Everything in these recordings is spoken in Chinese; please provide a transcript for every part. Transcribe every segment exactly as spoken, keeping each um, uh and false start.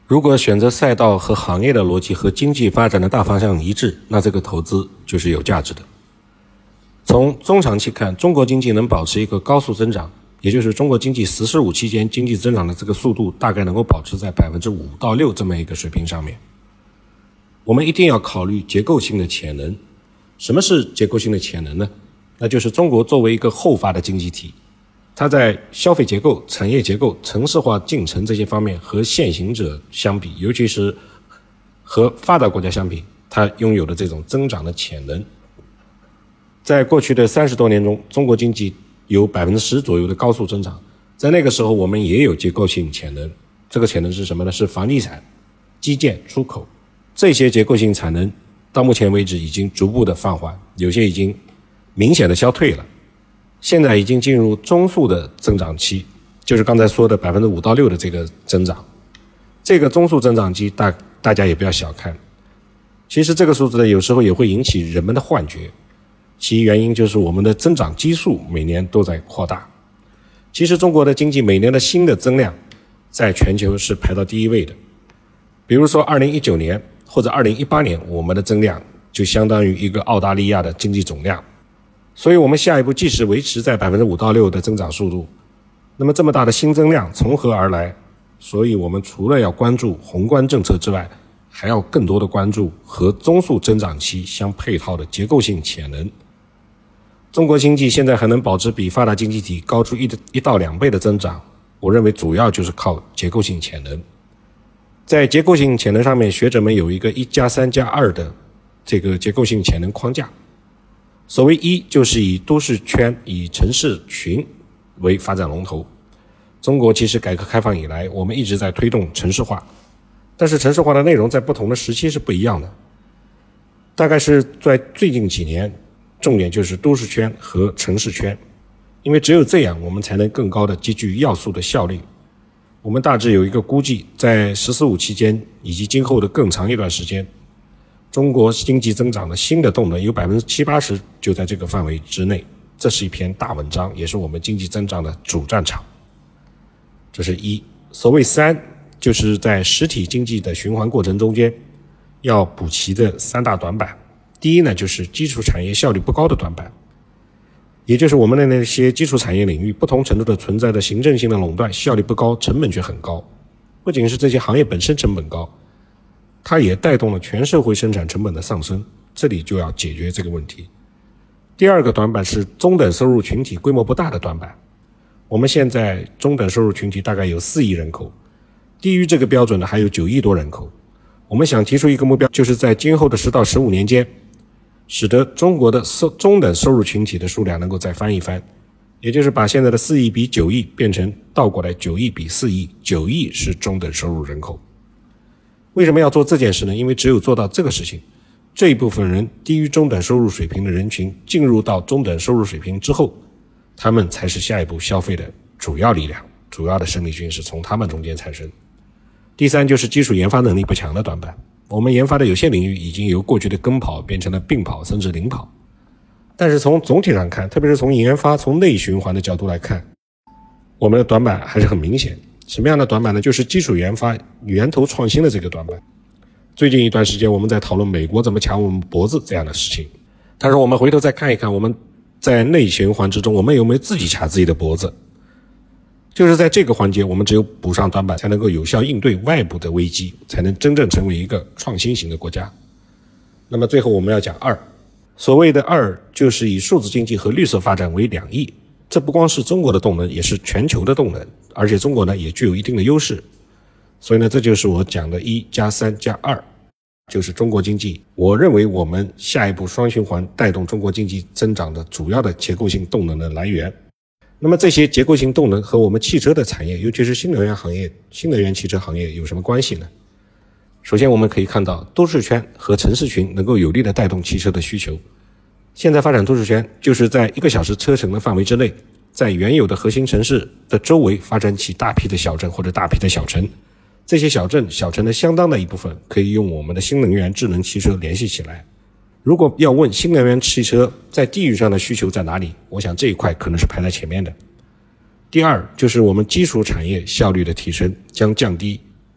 如果选择赛道和行业的逻辑和经济发展的大方向一致，那这个投资就是有价值的。从中长期看，中国经济能保持一个高速增长，也就是中国经济“十四五”期间经济增长的这个速度大概能够保持在 百分之五 到 百分之六 这么一个水平上面。我们一定要考虑结构性的潜能。什么是结构性的潜能呢？那就是中国作为一个后发的经济体，它在消费结构、产业结构、城市化进程这些方面和现行者相比，尤其是和发达国家相比，它拥有的这种增长的潜能。在过去的三十多年中，中国经济有 百分之十 左右的高速增长，在那个时候我们也有结构性潜能。这个潜能是什么呢？是房地产、基建、出口。这些结构性产能到目前为止已经逐步的放缓，有些已经明显的消退了，现在已经进入中速的增长期，就是刚才说的 百分之五 到 百分之六 的这个增长。这个中速增长期大大家也不要小看，其实这个数字呢有时候也会引起人们的幻觉，其原因就是我们的增长基数每年都在扩大。其实中国的经济每年的新的增量在全球是排到第一位的，比如说二零一九年或者二零一八年，我们的增量就相当于一个澳大利亚的经济总量。所以我们下一步即使维持在 百分之五 到 百分之六 的增长速度，那么这么大的新增量从何而来？所以我们除了要关注宏观政策之外，还要更多的关注和中速增长期相配套的结构性潜能。中国经济现在还能保持比发达经济体高出一到两倍的增长，我认为主要就是靠结构性潜能。在结构性潜能上面，学者们有一个一加三加二的这个结构性潜能框架。所谓一，就是以都市圈、以城市群为发展龙头。中国其实改革开放以来，我们一直在推动城市化，但是城市化的内容在不同的时期是不一样的。大概是在最近几年，重点就是都市圈和城市圈，因为只有这样，我们才能更高的积聚要素的效率。我们大致有一个估计，在“十四五”期间以及今后的更长一段时间，中国经济增长的新的动能有 百分之七八十 就在这个范围之内。这是一篇大文章，也是我们经济增长的主战场。这是一。所谓三，就是在实体经济的循环过程中间要补齐的三大短板。第一呢，就是基础产业效率不高的短板，也就是我们的那些基础产业领域不同程度的存在的行政性的垄断，效率不高，成本却很高。不仅是这些行业本身成本高，它也带动了全社会生产成本的上升，这里就要解决这个问题。第二个短板是中等收入群体规模不大的短板。我们现在中等收入群体大概有四亿人口，低于这个标准的还有九亿多人口。我们想提出一个目标，就是在今后的十到十五年间，使得中国的中等收入群体的数量能够再翻一番，也就是把现在的四亿比九亿变成倒过来九亿比四亿，九亿是中等收入人口。为什么要做这件事呢？因为只有做到这个事情，这一部分人低于中等收入水平的人群进入到中等收入水平之后，他们才是下一步消费的主要力量，主要的生力军是从他们中间产生。第三，就是基础研发能力不强的短板。我们研发的有些领域已经由过去的跟跑变成了并跑甚至领跑，但是从总体上看，特别是从研发从内循环的角度来看，我们的短板还是很明显。什么样的短板呢？就是基础研发源头创新的这个短板。最近一段时间我们在讨论美国怎么卡我们脖子这样的事情，但是我们回头再看一看，我们在内循环之中我们有没有自己卡自己的脖子。就是在这个环节，我们只有补上短板，才能够有效应对外部的危机，才能真正成为一个创新型的国家。那么最后我们要讲二，所谓的二，就是以数字经济和绿色发展为两翼。这不光是中国的动能，也是全球的动能，而且中国呢也具有一定的优势。所以呢，这就是我讲的一加三加二，就是中国经济。我认为我们下一步双循环带动中国经济增长的主要的结构性动能的来源。那么这些结构性动能和我们汽车的产业，尤其是新能源行业、新能源汽车行业有什么关系呢？首先我们可以看到，都市圈和城市群能够有力的带动汽车的需求。现在发展都市圈，就是在一个小时车程的范围之内，在原有的核心城市的周围发展起大批的小镇或者大批的小城。这些小镇、小城的相当的一部分可以用我们的新能源智能汽车联系起来。如果要问新能源汽车在地域上的需求在哪里，我想这一块可能是排在前面的。第二，就是我们基础产业效率的提升，将降低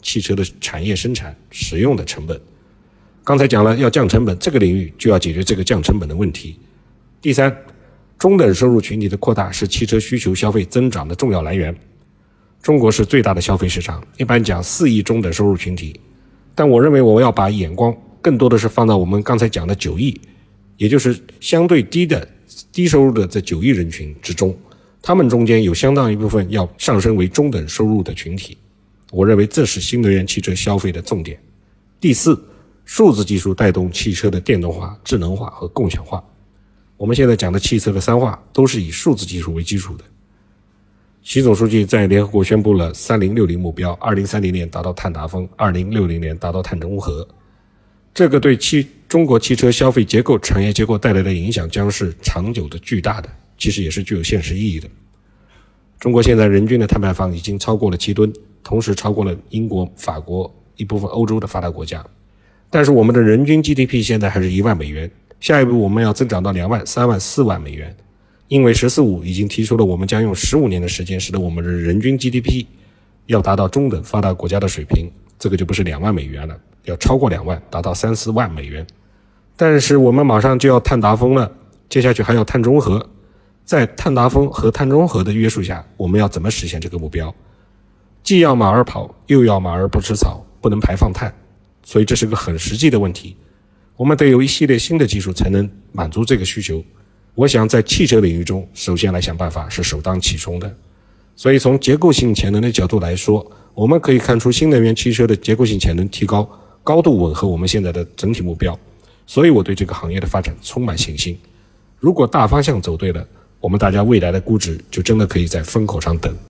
汽车的产业生产使用的成本。刚才讲了要降成本，这个领域就要解决这个降成本的问题。第三，中等收入群体的扩大是汽车需求消费增长的重要来源。中国是最大的消费市场，一般讲四亿中等收入群体，但我认为我们要把眼光更多的是放到我们刚才讲的九亿，也就是相对低的低收入的这九亿人群之中，他们中间有相当一部分要上升为中等收入的群体。我认为这是新能源汽车消费的重点。第四，数字技术带动汽车的电动化、智能化和共享化。我们现在讲的汽车的三化都是以数字技术为基础的。习总书记在联合国宣布了三零六零目标，二零三零年达到碳达峰，二零六零年达到碳中和。这个对汽中国汽车消费结构、产业结构带来的影响将是长久的、巨大的，其实也是具有现实意义的。中国现在人均的碳排放已经超过了七吨，同时超过了英国、法国一部分欧洲的发达国家。但是我们的人均 G D P 现在还是一万美元，下一步我们要增长到两万、三万、四万美元。因为十四五已经提出了我们将用十五年的时间使得我们的人均 G D P 要达到中等发达国家的水平，这个就不是两万美元了，要超过两万，达到三四万美元。但是我们马上就要碳达峰了，接下去还要碳中和。在碳达峰和碳中和的约束下，我们要怎么实现这个目标？既要马儿跑，又要马儿不吃草，不能排放碳，所以这是个很实际的问题。我们得有一系列新的技术才能满足这个需求。我想在汽车领域中，首先来想办法是首当其冲的。所以从结构性潜能的角度来说，我们可以看出新能源汽车的结构性潜能提高，高度吻合我们现在的整体目标。所以我对这个行业的发展充满信心。如果大方向走对了，我们大家未来的估值就真的可以在风口上等。